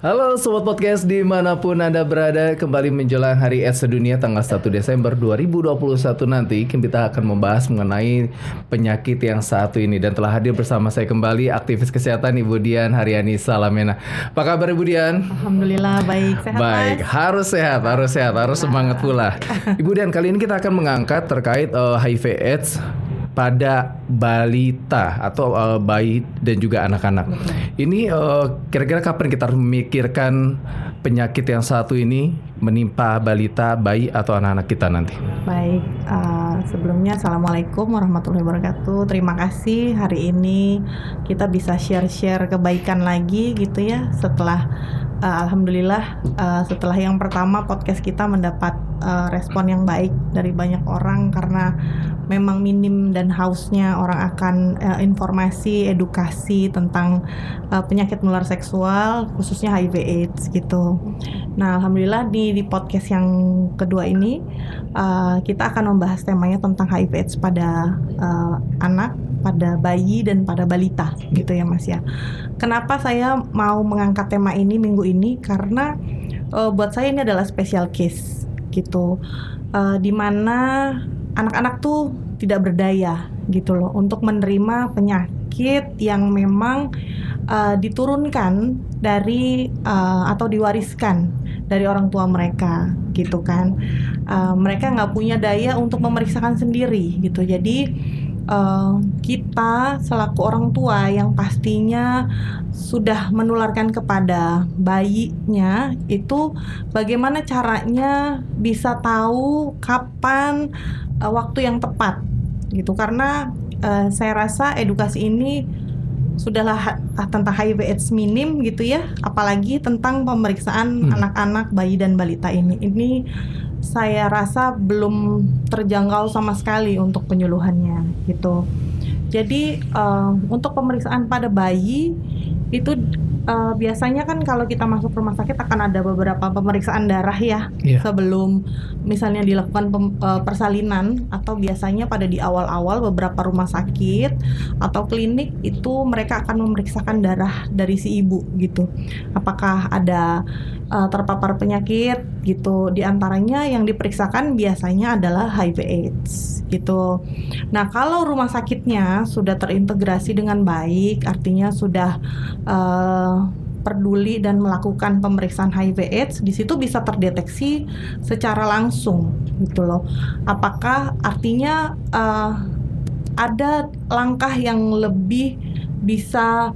Halo Sobat Podcast dimanapun Anda berada, kembali menjelang Hari AIDS Sedunia tanggal 1 Desember 2021 nanti kita akan membahas mengenai penyakit yang satu ini. Dan telah hadir bersama saya kembali aktivis kesehatan Ibu Dian Haryani Salamena. Apa kabar Ibu Dian? Alhamdulillah baik, sehat Baik, Mas? harus sehat, harus semangat pula. Ibu Dian, kali ini kita akan mengangkat terkait HIV AIDS pada balita atau bayi dan juga anak-anak. Ini kira-kira kapan kita harus memikirkan penyakit yang satu ini menimpa balita, bayi atau anak-anak kita nanti? Baik, sebelumnya Assalamualaikum warahmatullahi wabarakatuh. Terima kasih hari ini kita bisa share-share kebaikan lagi gitu ya. Setelah Alhamdulillah setelah yang pertama podcast kita mendapat respon yang baik dari banyak orang, karena memang minim dan hausnya orang akan informasi, edukasi tentang penyakit menular seksual, khususnya HIV/AIDS gitu. Nah, alhamdulillah di podcast yang kedua ini kita akan membahas temanya tentang HIV/AIDS pada anak, pada bayi dan pada balita gitu ya Mas ya. Kenapa saya mau mengangkat tema ini minggu ini? Karena buat saya ini adalah special case gitu, di mana anak-anak tuh tidak berdaya gitu loh untuk menerima penyakit yang memang diturunkan dari atau diwariskan dari orang tua mereka gitu kan. Mereka nggak punya daya untuk memeriksakan sendiri gitu. Jadi kita selaku orang tua yang pastinya sudah menularkan kepada bayinya, itu bagaimana caranya bisa tahu kapan waktu yang tepat gitu. Karena saya rasa edukasi ini sudahlah tentang HIV/AIDS minim gitu ya, apalagi tentang pemeriksaan anak-anak, bayi dan balita ini saya rasa belum terjangkau sama sekali untuk penyuluhannya gitu. Jadi untuk pemeriksaan pada bayi itu biasanya kan kalau kita masuk rumah sakit akan ada beberapa pemeriksaan darah ya sebelum misalnya dilakukan persalinan, atau biasanya pada di awal-awal beberapa rumah sakit atau klinik itu mereka akan memeriksakan darah dari si ibu gitu. Apakah ada terpapar penyakit gitu. Di antaranya yang diperiksakan biasanya adalah HIV/AIDS gitu. Nah, kalau rumah sakitnya sudah terintegrasi dengan baik, artinya sudah peduli dan melakukan pemeriksaan HIV/AIDS, di situ bisa terdeteksi secara langsung gitu loh. Apakah artinya ada langkah yang lebih bisa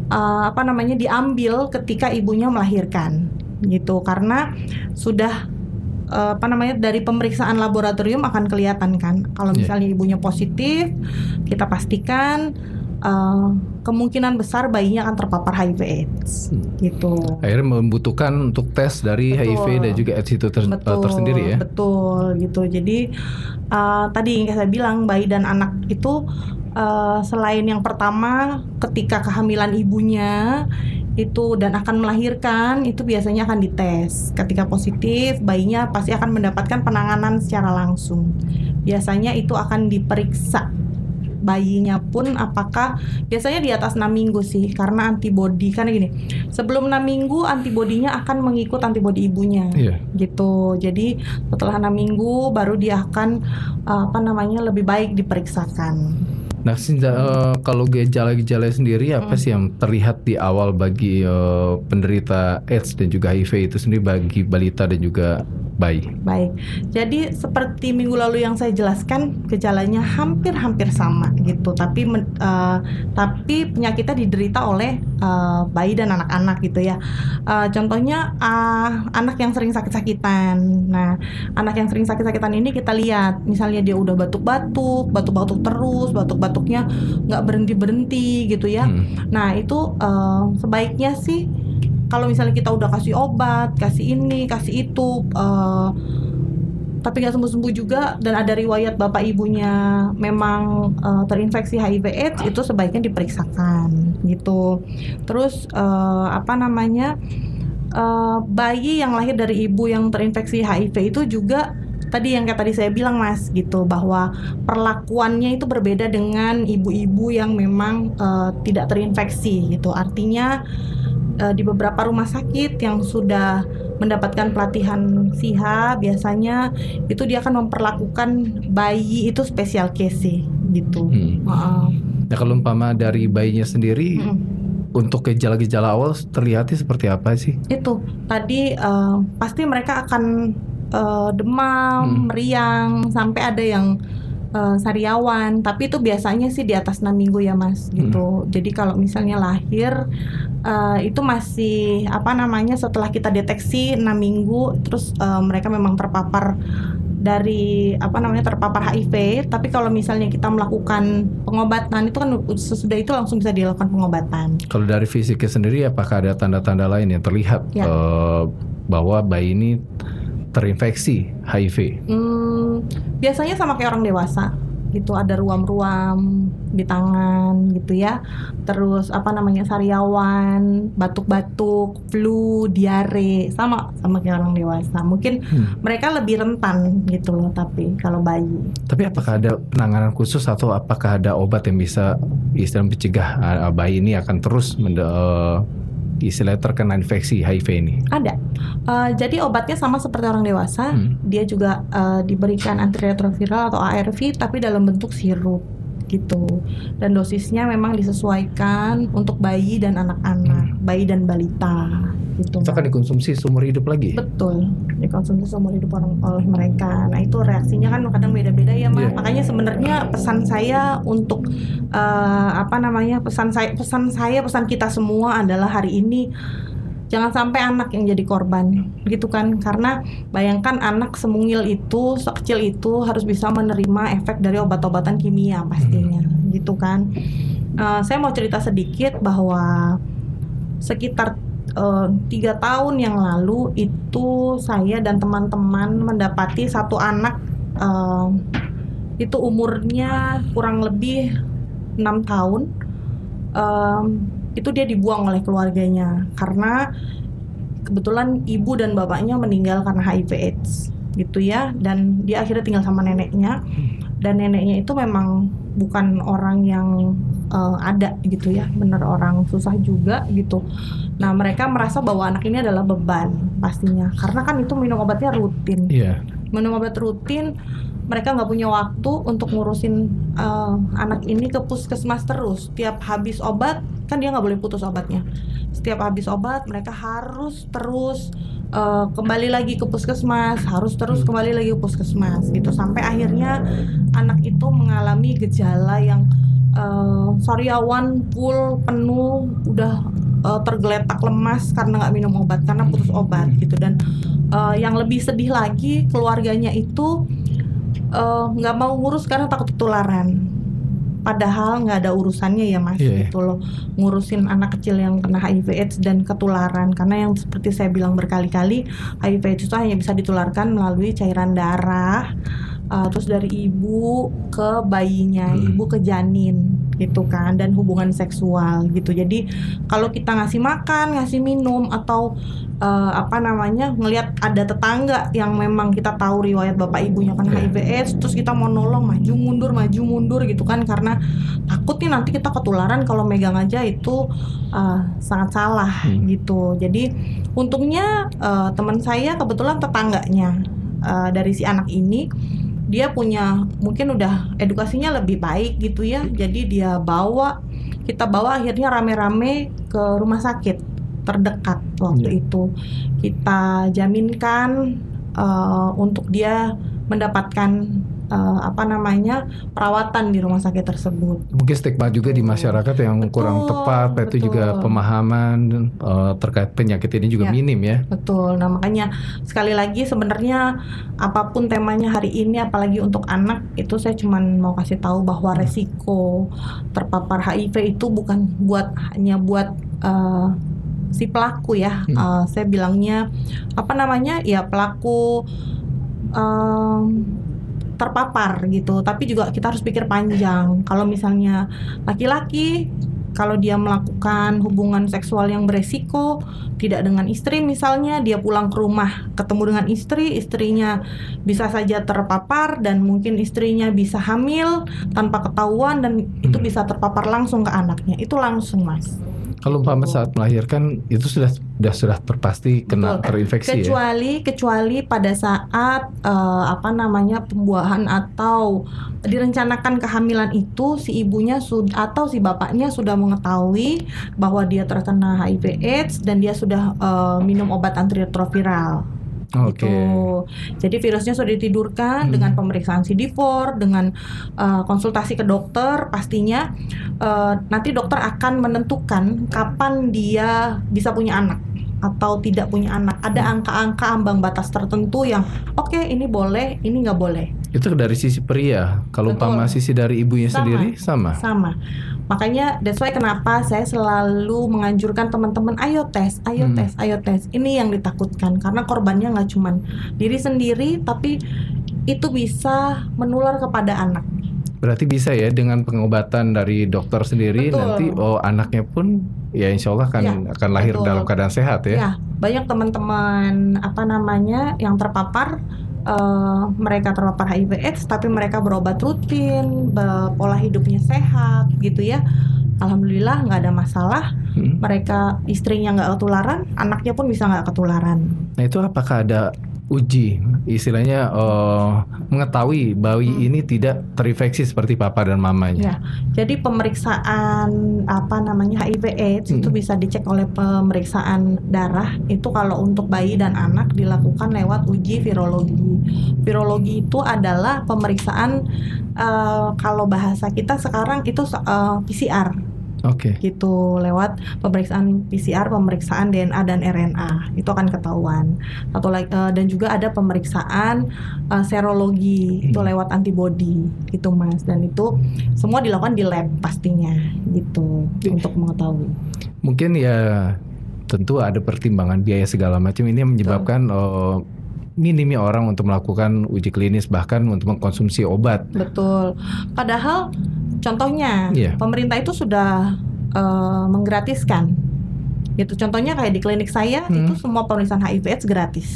diambil ketika ibunya melahirkan gitu, karena sudah dari pemeriksaan laboratorium akan kelihatan kan kalau misalnya ibunya positif, kita pastikan kemungkinan besar bayinya akan terpapar HIV/AIDS gitu. Akhirnya membutuhkan untuk tes dari HIV dan juga AIDS itu tersendiri ya. Betul gitu. Jadi tadi yang saya bilang, bayi dan anak itu selain yang pertama ketika kehamilan ibunya itu dan akan melahirkan, itu biasanya akan dites. Ketika positif, bayinya pasti akan mendapatkan penanganan secara langsung. Biasanya itu akan diperiksa bayinya pun apakah biasanya di atas 6 minggu sih, karena antibodi kan gini, sebelum 6 minggu antibodinya akan mengikut antibodi ibunya gitu. Jadi setelah 6 minggu baru dia akan lebih baik diperiksakan. Nah, kalau gejala-gejala sendiri apa sih yang terlihat di awal bagi penderita AIDS dan juga HIV itu sendiri bagi balita dan juga bayi? Baik, jadi seperti minggu lalu yang saya jelaskan, gejalanya hampir sama gitu, tapi penyakitnya diderita oleh bayi dan anak-anak gitu ya. Contohnya anak yang sering sakit-sakitan. Nah, anak yang sering sakit-sakitan ini kita lihat, misalnya dia udah batuk-batuk terus, batuknya nggak berhenti gitu ya. Nah, itu sebaiknya sih kalau misalnya kita udah kasih obat, kasih ini, kasih itu, tapi nggak sembuh-sembuh juga, dan ada riwayat bapak ibunya memang terinfeksi HIV/AIDS, itu sebaiknya diperiksakan gitu. Terus bayi yang lahir dari ibu yang terinfeksi HIV itu juga tadi yang tadi saya bilang Mas gitu, bahwa perlakuannya itu berbeda dengan ibu-ibu yang memang tidak terinfeksi gitu. Artinya di beberapa rumah sakit yang sudah mendapatkan pelatihan SIHA, biasanya itu dia akan memperlakukan bayi itu special case sih, gitu. Nah kalau umpama dari bayinya sendiri, untuk gejala-gejala awal terlihatnya seperti apa sih? Itu tadi pasti mereka akan demam, meriang, sampai ada yang sariawan, tapi itu biasanya sih di atas 6 minggu ya Mas, gitu. Jadi kalau misalnya lahir itu masih setelah kita deteksi 6 minggu, terus mereka memang terpapar dari terpapar HIV, tapi kalau misalnya kita melakukan pengobatan itu kan sesudah itu langsung bisa dilakukan pengobatan. Kalau dari fisiknya sendiri, apakah ada tanda-tanda lain yang terlihat bahwa bayi ini terinfeksi HIV? Biasanya sama kayak orang dewasa gitu, ada ruam-ruam di tangan gitu ya, terus sariawan, batuk-batuk, flu, diare, sama kayak orang dewasa. Mungkin mereka lebih rentan gitu loh, tapi kalau bayi. Tapi apakah ada penanganan khusus atau apakah ada obat yang bisa istilahnya mencegah bayi ini akan terus istilahnya terkena infeksi HIV ini? Ada. Jadi obatnya sama seperti orang dewasa. Dia juga diberikan antiretroviral atau ARV, tapi dalam bentuk sirup gitu. Dan dosisnya memang disesuaikan untuk bayi dan anak-anak, bayi dan balita gitu. Itu akan dikonsumsi seumur hidup lagi? Betul, dikonsumsi seumur hidup oleh mereka. Nah itu reaksinya kan kadang beda-beda ya Mas. Makanya sebenarnya pesan saya untuk pesan kita semua adalah hari ini jangan sampai anak yang jadi korban gitu kan, karena bayangkan anak semungil itu, sekecil itu harus bisa menerima efek dari obat-obatan kimia pastinya gitu kan. Saya mau cerita sedikit bahwa sekitar 3 tahun yang lalu itu saya dan teman-teman mendapati satu anak itu umurnya kurang lebih 6 tahun. Itu dia dibuang oleh keluarganya karena kebetulan ibu dan bapaknya meninggal karena HIV/AIDS gitu ya, dan dia akhirnya tinggal sama neneknya, dan neneknya itu memang bukan orang yang ada gitu ya, bener orang susah juga gitu. Nah mereka merasa bahwa anak ini adalah beban pastinya, karena kan itu minum obatnya rutin, minum obat rutin. Mereka nggak punya waktu untuk ngurusin anak ini ke puskesmas terus. Tiap habis obat, kan dia nggak boleh putus obatnya. Setiap habis obat, mereka harus terus kembali lagi ke puskesmas, harus terus kembali lagi ke puskesmas gitu. Sampai akhirnya anak itu mengalami gejala yang sariawan full, penuh, udah tergeletak lemas karena nggak minum obat, karena putus obat gitu. Dan yang lebih sedih lagi, keluarganya itu nggak mau ngurus karena takut ketularan. Padahal nggak ada urusannya ya Mas, gitu loh, ngurusin anak kecil yang kena HIV/AIDS dan ketularan. Karena yang seperti saya bilang berkali-kali, HIV/AIDS itu hanya bisa ditularkan melalui cairan darah, terus dari ibu ke bayinya, ibu ke janin gitu kan, dan hubungan seksual gitu. Jadi kalau kita ngasih makan, ngasih minum, atau ngelihat ada tetangga yang memang kita tahu riwayat bapak ibunya kan HIV/AIDS, terus kita mau nolong, maju mundur gitu kan, karena takut nih nanti kita ketularan kalau megang aja, itu sangat salah gitu. Jadi untungnya teman saya kebetulan tetangganya dari si anak ini, dia punya mungkin udah edukasinya lebih baik gitu ya. Jadi kita bawa akhirnya rame-rame ke rumah sakit terdekat waktu itu. Kita jaminkan untuk dia mendapatkan perawatan di rumah sakit tersebut. Mungkin stigma juga di masyarakat yang kurang tepat, itu juga pemahaman terkait penyakit ini juga minim ya. Betul. Nah makanya sekali lagi sebenarnya apapun temanya hari ini, apalagi untuk anak, itu saya cuma mau kasih tahu bahwa resiko terpapar HIV itu bukan hanya buat si pelaku ya. Saya bilangnya pelaku terpapar gitu, tapi juga kita harus pikir panjang. Kalau misalnya laki-laki, kalau dia melakukan hubungan seksual yang beresiko, tidak dengan istri misalnya, dia pulang ke rumah ketemu dengan istrinya bisa saja terpapar, dan mungkin istrinya bisa hamil tanpa ketahuan, dan itu bisa terpapar langsung ke anaknya. Itu langsung Mas. Kalau umpama saat melahirkan itu sudah terpasti kena terinfeksi kecuali pada saat pembuahan atau direncanakan kehamilan itu si ibunya atau si bapaknya sudah mengetahui bahwa dia terkena HIV/AIDS dan dia sudah minum obat antiretroviral. Gitu. Jadi virusnya sudah ditidurkan dengan pemeriksaan CD4, dengan konsultasi ke dokter, pastinya nanti dokter akan menentukan kapan dia bisa punya anak atau tidak punya anak. Ada angka-angka ambang batas tertentu yang ini boleh, ini nggak boleh. Itu dari sisi pria. Kalau umpama sisi dari ibunya sendiri sama. Makanya that's why kenapa saya selalu menganjurkan teman-teman ayo tes. Ini yang ditakutkan karena korbannya nggak cuma diri sendiri, tapi itu bisa menular kepada anak. Berarti bisa ya dengan pengobatan dari dokter sendiri. Betul. Nanti anaknya pun ya insya Allah akan lahir dalam keadaan sehat ya. Ya, banyak teman-teman yang terpapar. Mereka terpapar HIV/AIDS tapi mereka berobat rutin, pola hidupnya sehat gitu ya. Alhamdulillah nggak ada masalah. Mereka istrinya nggak ketularan, anaknya pun bisa nggak ketularan. Nah itu apakah ada uji istilahnya mengetahui bayi ini tidak terinfeksi seperti papa dan mamanya? Ya, jadi pemeriksaan HIV/AIDS itu bisa dicek oleh pemeriksaan darah. Itu kalau untuk bayi dan anak dilakukan lewat uji virologi. Virologi itu adalah pemeriksaan kalau bahasa kita sekarang itu PCR. Gitu lewat pemeriksaan PCR, pemeriksaan DNA dan RNA itu akan ketahuan. Dan juga ada pemeriksaan serologi itu lewat antibody gitu Mas. Dan itu semua dilakukan di lab pastinya gitu untuk mengetahui. Mungkin ya tentu ada pertimbangan biaya segala macam ini yang menyebabkan minimnya orang untuk melakukan uji klinis bahkan untuk mengkonsumsi obat. Betul. Padahal contohnya pemerintah itu sudah menggratiskan. Gitu. Contohnya kayak di klinik saya itu semua pemeriksaan HIV/AIDS gratis.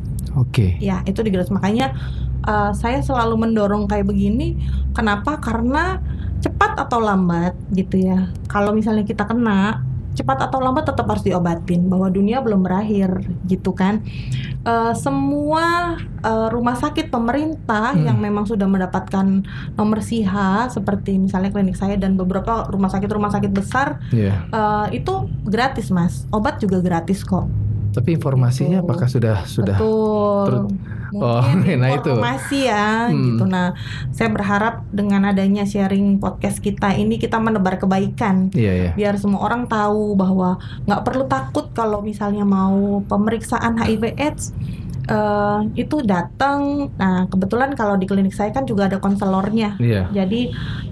Ya, itu digratis. Makanya saya selalu mendorong kayak begini. Kenapa? Karena cepat atau lambat gitu ya. Kalau misalnya kita kena, cepat atau lambat tetap harus diobatin, bahwa dunia belum berakhir gitu kan. Semua rumah sakit pemerintah yang memang sudah mendapatkan nomor SIHA seperti misalnya klinik saya dan beberapa rumah sakit besar itu gratis Mas, obat juga gratis kok. Tapi informasinya apakah sudah Betul. Mungkin informasi gitu. Nah, saya berharap dengan adanya sharing podcast kita ini kita menebar kebaikan. Biar semua orang tahu bahwa nggak perlu takut kalau misalnya mau pemeriksaan HIV/AIDS. Itu datang. Nah, kebetulan kalau di klinik saya kan juga ada konselornya. Jadi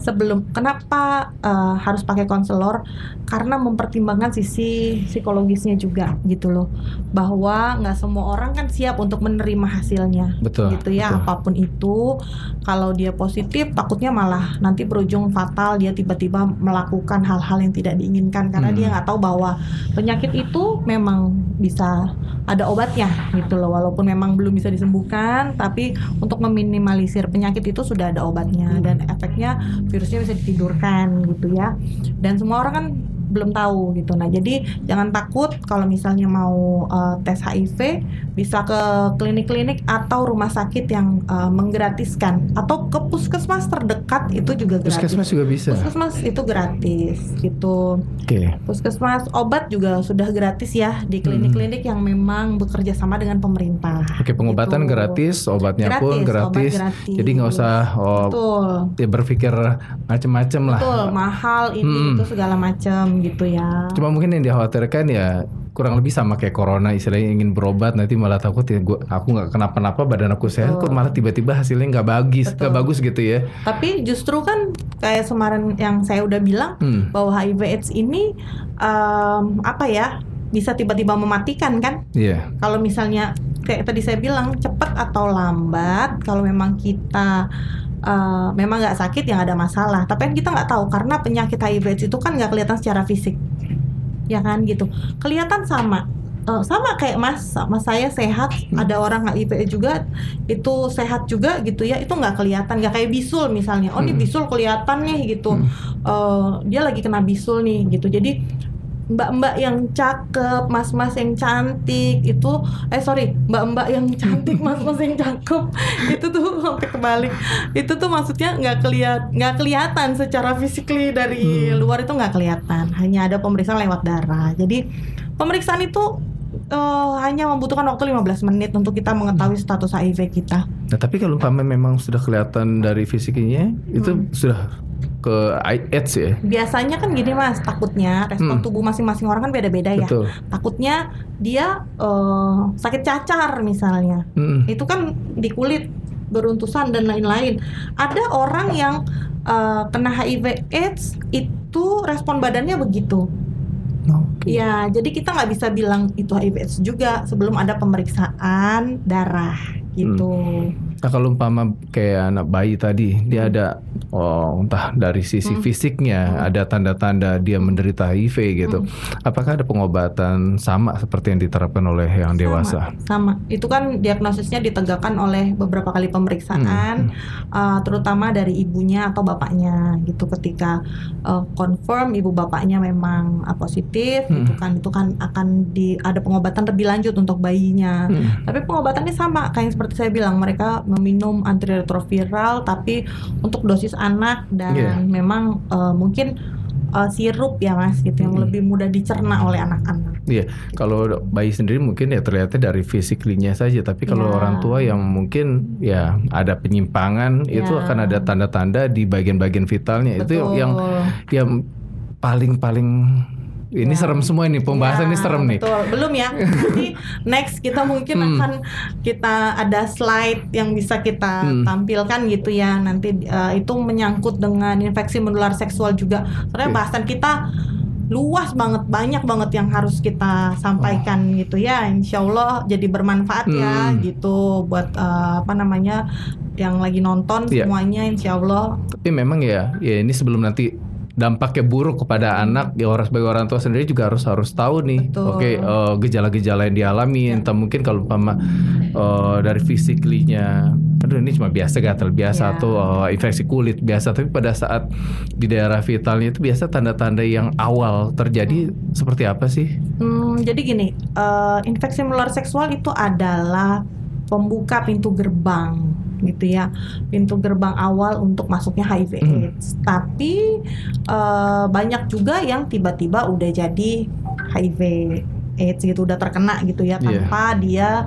kenapa harus pakai konselor? Karena mempertimbangkan sisi psikologisnya juga gitu loh. Bahwa nggak semua orang kan siap untuk menerima hasilnya. Betul. Gitu ya. Betul. Apapun itu, kalau dia positif, takutnya malah nanti berujung fatal. Dia tiba-tiba melakukan hal-hal yang tidak diinginkan karena dia nggak tahu bahwa penyakit itu memang bisa ada obatnya gitu loh. Walaupun memang belum bisa disembuhkan, tapi untuk meminimalisir penyakit itu sudah ada obatnya dan efeknya virusnya bisa ditidurkan gitu ya. Dan semua orang kan belum tahu gitu. Nah, jadi jangan takut kalau misalnya mau tes HIV, bisa ke klinik-klinik atau rumah sakit yang menggratiskan atau ke puskesmas terdekat itu juga gratis. Puskesmas juga bisa. Puskesmas itu gratis gitu. Puskesmas obat juga sudah gratis ya di klinik-klinik yang memang bekerja sama dengan pemerintah. Pengobatan gitu. Gratis, obatnya pun gratis. Jadi nggak usah berpikir macam-macam lah. Betul, mahal ini itu segala macam gitu ya. Cuma mungkin yang dikhawatirkan ya kurang lebih sama kayak corona, istilahnya ingin berobat nanti malah takut ya aku nggak kenapa-napa, badan aku sehat kok malah tiba-tiba hasilnya nggak bagus gitu ya. Tapi justru kan kayak kemarin yang saya udah bilang bahwa HIV/AIDS ini bisa tiba-tiba mematikan kan? Kalau misalnya kayak tadi saya bilang cepat atau lambat, kalau memang kita memang nggak sakit ya nggak ada masalah. Tapi kan kita nggak tahu karena penyakit HIV/AIDS itu kan nggak kelihatan secara fisik, ya kan gitu. Kelihatan sama kayak mas saya sehat, ada orang HIV juga itu sehat juga gitu ya, itu nggak kelihatan, nggak kayak bisul misalnya. Ini bisul kelihatan nih gitu, dia lagi kena bisul nih gitu. Jadi mbak-mbak yang cakep, mas-mas yang cantik itu mbak-mbak yang cantik, mas-mas yang cakep itu tuh sampai kebalik. Itu tuh maksudnya nggak kelihatan secara physically dari luar, itu nggak kelihatan. Hanya ada pemeriksaan lewat darah. Jadi pemeriksaan itu hanya membutuhkan waktu 15 menit untuk kita mengetahui status HIV kita. Nah, tapi kalau memang sudah kelihatan dari fisiknya itu sudah ke AIDS ya. Biasanya kan gini Mas, takutnya respon tubuh masing-masing orang kan beda-beda ya. Betul. Takutnya dia sakit cacar misalnya. Itu kan di kulit, beruntusan dan lain-lain. Ada orang yang kena HIV AIDS itu respon badannya begitu. Okay. Ya, jadi kita nggak bisa bilang itu HIV/AIDS juga sebelum ada pemeriksaan darah gitu. Nah, kalau umpama kayak anak bayi tadi, dia ada entah dari sisi fisiknya ada tanda-tanda dia menderita HIV gitu. Apakah ada pengobatan sama seperti yang diterapkan oleh yang dewasa? Sama. Itu kan diagnosisnya ditegakkan oleh beberapa kali pemeriksaan, terutama dari ibunya atau bapaknya gitu. Ketika confirm ibu bapaknya memang positif, itu kan akan ada pengobatan lebih lanjut untuk bayinya. Tapi pengobatannya sama kayak yang seperti saya bilang, mereka meminum antiretroviral tapi untuk dosis anak dan memang mungkin sirup ya Mas gitu yang lebih mudah dicerna oleh anak-anak. Iya, kalau bayi sendiri mungkin ya terlihatnya dari fisiklinya saja, tapi kalau orang tua yang mungkin ya ada penyimpangan itu akan ada tanda-tanda di bagian-bagian vitalnya. Betul. Itu yang paling ini serem semua ini, pembahasan ini serem nih. Betul, belum ya. Nanti next kita mungkin akan kita ada slide yang bisa kita tampilkan gitu ya. Nanti itu menyangkut dengan infeksi menular seksual juga. Soalnya bahasan kita luas banget, banyak banget yang harus kita sampaikan gitu ya. Insya Allah jadi bermanfaat ya gitu buat yang lagi nonton semuanya, insya Allah. Tapi memang ya ini sebelum nanti dampaknya buruk kepada anak, ya orang sebagai orang tua sendiri juga harus tahu nih. Oke, gejala-gejala yang dialami, entah mungkin kalau dari fisiklinya, aduh ini cuma biasa gatal biasa atau infeksi kulit biasa, tapi pada saat di daerah vitalnya itu biasa tanda-tanda yang awal terjadi seperti apa sih? Jadi gini, infeksi menular seksual itu adalah pembuka pintu gerbang gitu ya, pintu gerbang awal untuk masuknya HIV/AIDS. Tapi banyak juga yang tiba-tiba udah jadi HIV/AIDS gitu, udah terkena gitu ya tanpa dia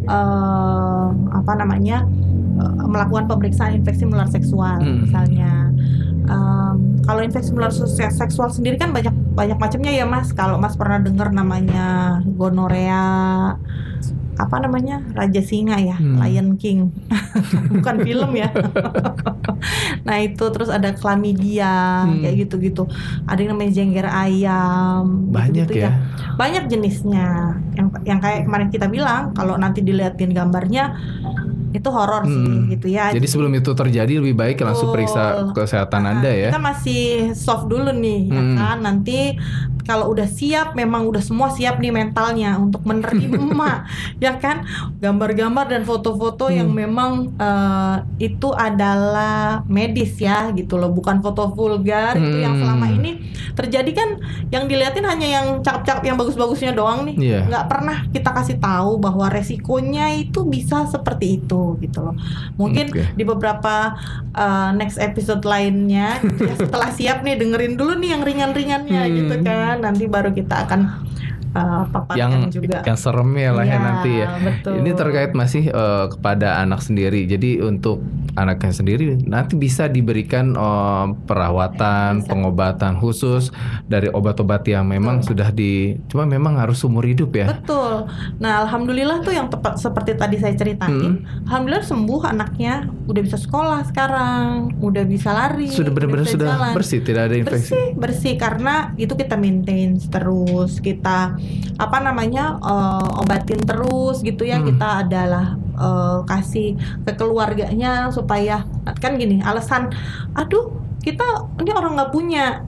melakukan pemeriksaan infeksi menular seksual misalnya. Kalau infeksi menular seksual sendiri kan banyak macamnya ya Mas. Kalau Mas pernah dengar namanya gonorea, Raja Singa ya, Lion King. Bukan film ya. Nah itu, terus ada chlamydia kayak gitu-gitu. Ada yang namanya jengger ayam. Banyak gitu ya. Banyak jenisnya. Yang kayak kemarin kita bilang, kalau nanti diliatin gambarnya itu horor sih gitu ya. Jadi sebelum itu terjadi lebih baik langsung periksa kesehatan Anda ya. Kita masih soft dulu nih ya kan. Nanti kalau udah siap, memang udah semua siap nih mentalnya untuk menerima ya kan, gambar-gambar dan foto-foto yang memang itu adalah medis ya gitu loh, bukan foto vulgar. Itu yang selama ini terjadi kan, yang diliatin hanya yang cakep-cakep, yang bagus-bagusnya doang nih. Nggak pernah kita kasih tahu bahwa resikonya itu bisa seperti itu gitu loh. Mungkin di beberapa next episode lainnya gitu ya, setelah siap nih dengerin dulu nih yang ringan-ringannya gitu kan. Nanti baru kita akan paparkan juga yang seremnya lah ya nanti ya. Betul. Ini terkait masih kepada anak sendiri. Jadi untuk anaknya sendiri nanti bisa diberikan perawatan, pengobatan khusus dari obat-obat yang memang sudah cuma memang harus seumur hidup ya. Betul. Nah alhamdulillah tuh yang tepat seperti tadi saya ceritain, alhamdulillah sembuh anaknya, udah bisa sekolah sekarang, udah bisa lari, sudah benar-benar sudah jalan. Bersih, tidak ada infeksi. Bersih karena itu kita maintain terus, kita obatin terus gitu ya. Kita adalah kasih ke keluarganya supaya kan gini, alasan aduh kita ini orang nggak punya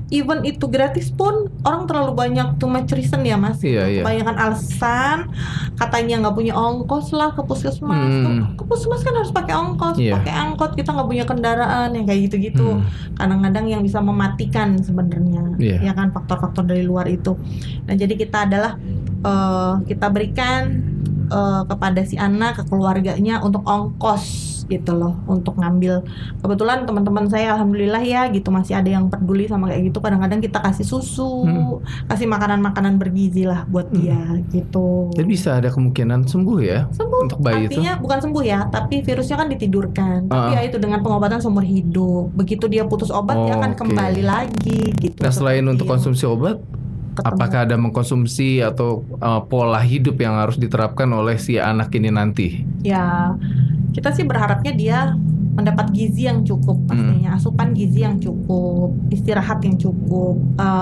even itu gratis pun orang terlalu banyak too much reason ya Mas. Iya. Kebanyakan alasan, katanya nggak punya ongkos lah ke puskesmas. Ke puskesmas kan harus pakai ongkos, pakai angkot, kita nggak punya kendaraan yang kayak gitu-gitu. Kadang-kadang yang bisa mematikan sebenarnya, ya kan, faktor-faktor dari luar itu. Nah jadi kita adalah kita berikan kepada si anak, ke keluarganya untuk ongkos gitu loh, untuk ngambil. Kebetulan teman-teman saya alhamdulillah ya gitu masih ada yang peduli sama kayak gitu. Kadang-kadang kita kasih susu, kasih makanan-makanan bergizi lah buat dia gitu. Dan bisa ada kemungkinan sembuh ya? Sembuh. Untuk bayi artinya bukan sembuh ya, tapi virusnya kan ditidurkan. Tapi ya itu dengan pengobatan seumur hidup. Begitu dia putus obat dia akan kembali lagi gitu. Nah selain untuk konsumsi obat, apakah ada mengkonsumsi atau pola hidup yang harus diterapkan oleh si anak ini nanti? Ya, kita sih berharapnya dia mendapat gizi yang cukup pastinya, asupan gizi yang cukup, istirahat yang cukup,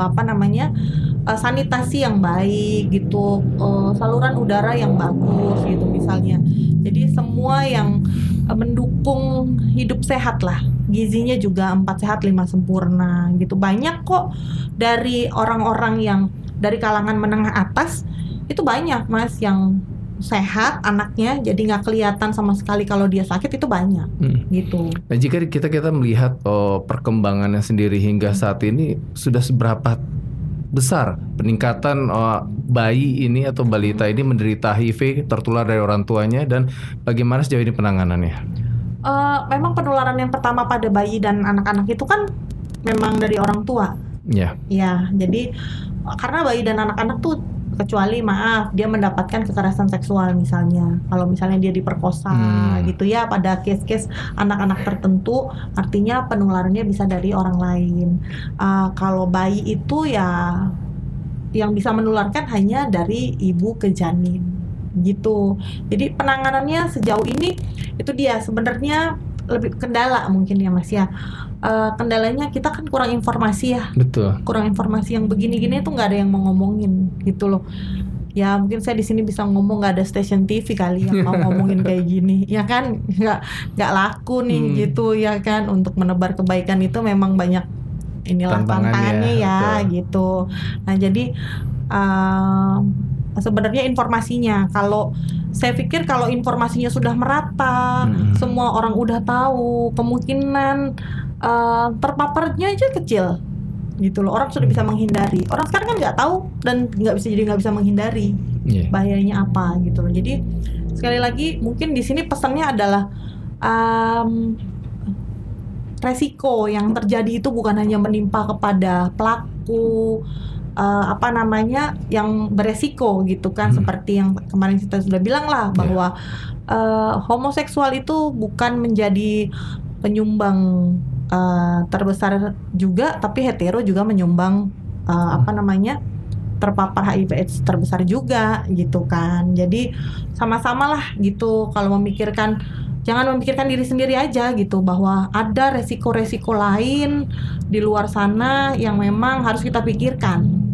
sanitasi yang baik gitu, saluran udara yang bagus gitu misalnya. Jadi semua yang mendukung hidup sehat lah. Gizinya juga 4 sehat 5 sempurna gitu. Banyak kok dari orang-orang yang dari kalangan menengah atas itu banyak Mas yang sehat anaknya, jadi nggak kelihatan sama sekali kalau dia sakit, itu banyak gitu. Nah jika kita melihat perkembangannya sendiri hingga saat ini, sudah seberapa besar peningkatan bayi ini atau balita ini menderita HIV tertular dari orang tuanya, dan bagaimana sejauh ini penanganannya? Memang penularan yang pertama pada bayi dan anak-anak itu kan memang dari orang tua. Ya, jadi karena bayi dan anak-anak tuh, kecuali maaf dia mendapatkan kekerasan seksual misalnya, kalau misalnya dia diperkosa gitu ya, pada case-case anak-anak tertentu, artinya penularannya bisa dari orang lain. Kalau bayi itu ya yang bisa menularkan hanya dari ibu ke janin gitu. Jadi penanganannya sejauh ini itu dia sebenarnya lebih kendala mungkin ya Mas ya. Kendalanya kita kan kurang informasi ya. Betul. Kurang informasi yang begini-gini tuh nggak ada yang mau ngomongin gitu loh. Ya mungkin saya di sini bisa ngomong, nggak ada stasiun TV kali yang mau ngomongin kayak gini, ya kan, nggak laku nih gitu ya kan. Untuk menebar kebaikan itu memang banyak inilah tantangannya ya gitu. Nah jadi sebenarnya informasinya, kalau saya pikir kalau informasinya sudah merata, semua orang udah tahu, kemungkinan terpaparnya aja kecil gitu loh. Orang sudah bisa menghindari. Orang sekarang kan nggak tahu dan nggak bisa menghindari bahayanya apa gitu loh. Jadi sekali lagi mungkin di sini pesannya adalah resiko yang terjadi itu bukan hanya menimpa kepada pelaku yang beresiko gitu kan, seperti yang kemarin kita sudah bilang lah bahwa homoseksual itu bukan menjadi penyumbang terbesar juga, tapi hetero juga menyumbang terpapar HIV/AIDS terbesar juga gitu kan. Jadi sama-sama lah gitu, kalau memikirkan, jangan memikirkan diri sendiri aja gitu, bahwa ada resiko-resiko lain di luar sana yang memang harus kita pikirkan.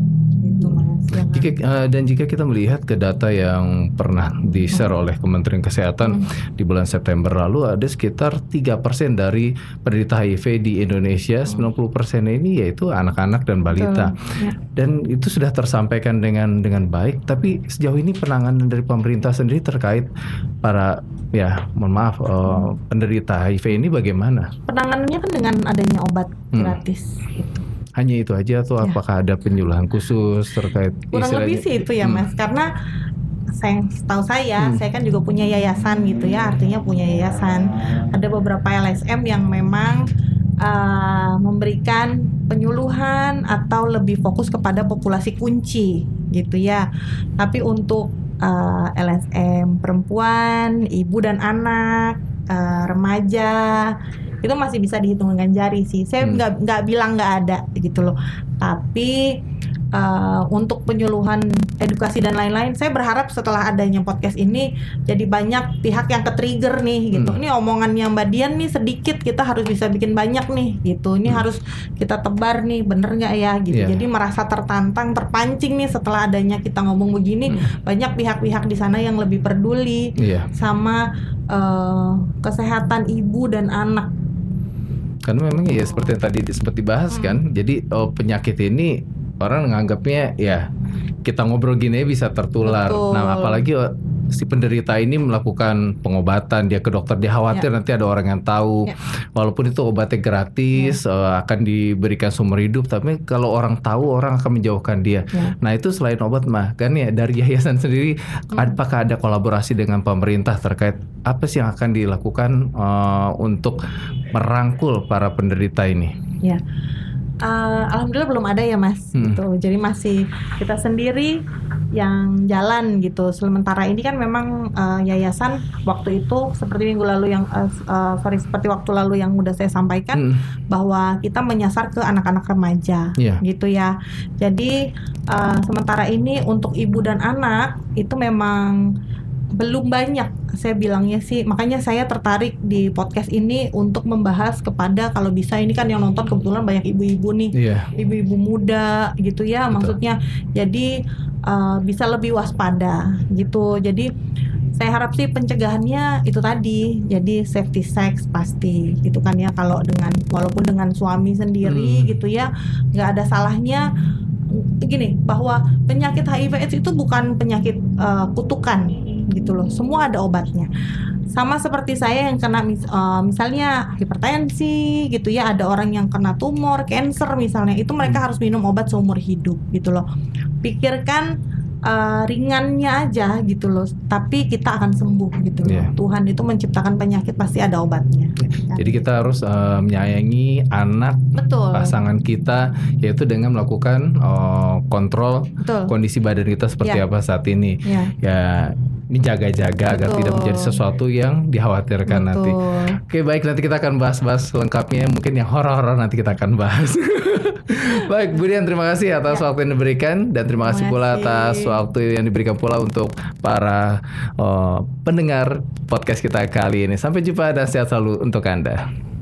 Jika kita melihat ke data yang pernah di-share oleh Kementerian Kesehatan di bulan September lalu, ada sekitar 3% dari penderita HIV di Indonesia, 90% ini yaitu anak-anak dan balita. Dan itu sudah tersampaikan dengan baik, tapi sejauh ini penanganan dari pemerintah sendiri terkait para penderita HIV ini bagaimana? Penanganannya kan dengan adanya obat gratis gitu. Hanya itu aja atau apakah ada penyuluhan khusus terkait? Kurang lebih sih itu ya Mas, karena setahu saya kan juga punya yayasan gitu ya, artinya punya yayasan. Ada beberapa LSM yang memang memberikan penyuluhan atau lebih fokus kepada populasi kunci gitu ya. Tapi untuk LSM perempuan, ibu dan anak, remaja, itu masih bisa dihitung dengan jari sih. Saya nggak bilang nggak ada gitu loh. Tapi untuk penyuluhan, edukasi dan lain-lain, saya berharap setelah adanya podcast ini jadi banyak pihak yang ke-trigger nih gitu. Ini omongannya Mbak Dian nih sedikit, kita harus bisa bikin banyak nih gitu. Ini harus kita tebar nih, bener nggak ya gitu. Jadi merasa tertantang, terpancing nih setelah adanya kita ngomong begini. Banyak pihak-pihak di sana yang lebih peduli sama kesehatan ibu dan anak. Karena memang ya seperti yang tadi sempat dibahas kan. Jadi penyakit ini orang menganggapnya ya kita ngobrol gini bisa tertular. Betul. Nah, apalagi si penderita ini melakukan pengobatan, dia ke dokter, dia khawatir nanti ada orang yang tahu. Walaupun itu obatnya gratis, akan diberikan seumur hidup, tapi kalau orang tahu, orang akan menjauhkan dia. Nah, itu selain obat mah kan ya dari yayasan sendiri, apakah ada kolaborasi dengan pemerintah terkait apa sih yang akan dilakukan untuk merangkul para penderita ini? Ya. Alhamdulillah belum ada ya Mas gitu. Jadi masih kita sendiri yang jalan gitu. Sementara ini kan memang yayasan waktu itu seperti minggu lalu yang seperti waktu lalu yang udah saya sampaikan bahwa kita menyasar ke anak-anak remaja gitu ya. Jadi sementara ini untuk ibu dan anak itu memang belum banyak, saya bilangnya sih. Makanya saya tertarik di podcast ini untuk membahas kepada, kalau bisa ini kan yang nonton kebetulan banyak ibu-ibu nih, ibu-ibu muda gitu ya. Betul. Maksudnya jadi bisa lebih waspada gitu. Jadi saya harap sih pencegahannya itu tadi, jadi safety sex pasti gitu kan ya. Kalau walaupun dengan suami sendiri gitu ya, nggak ada salahnya. Gini, bahwa penyakit HIV/AIDS itu bukan penyakit kutukan gitu loh. Semua ada obatnya. Sama seperti saya yang kena misalnya hipertensi gitu ya, ada orang yang kena tumor, cancer misalnya, itu mereka harus minum obat seumur hidup gitu loh. Pikirkan ringannya aja gitu loh, tapi kita akan sembuh gitu loh. Tuhan itu menciptakan penyakit pasti ada obatnya. Jadi kita harus menyayangi anak pasangan kita, yaitu dengan melakukan kontrol kondisi badan kita seperti apa saat ini. Ya, ini jaga-jaga agar tidak menjadi sesuatu yang dikhawatirkan nanti. Oke, baik, nanti kita akan bahas-bahas lengkapnya. Mungkin yang horor-horor nanti kita akan bahas. Baik, Bu Dian, terima kasih atas waktu yang diberikan, dan terima kasih pula atas waktu yang diberikan pula untuk para pendengar podcast kita kali ini. Sampai jumpa dan sehat selalu untuk Anda.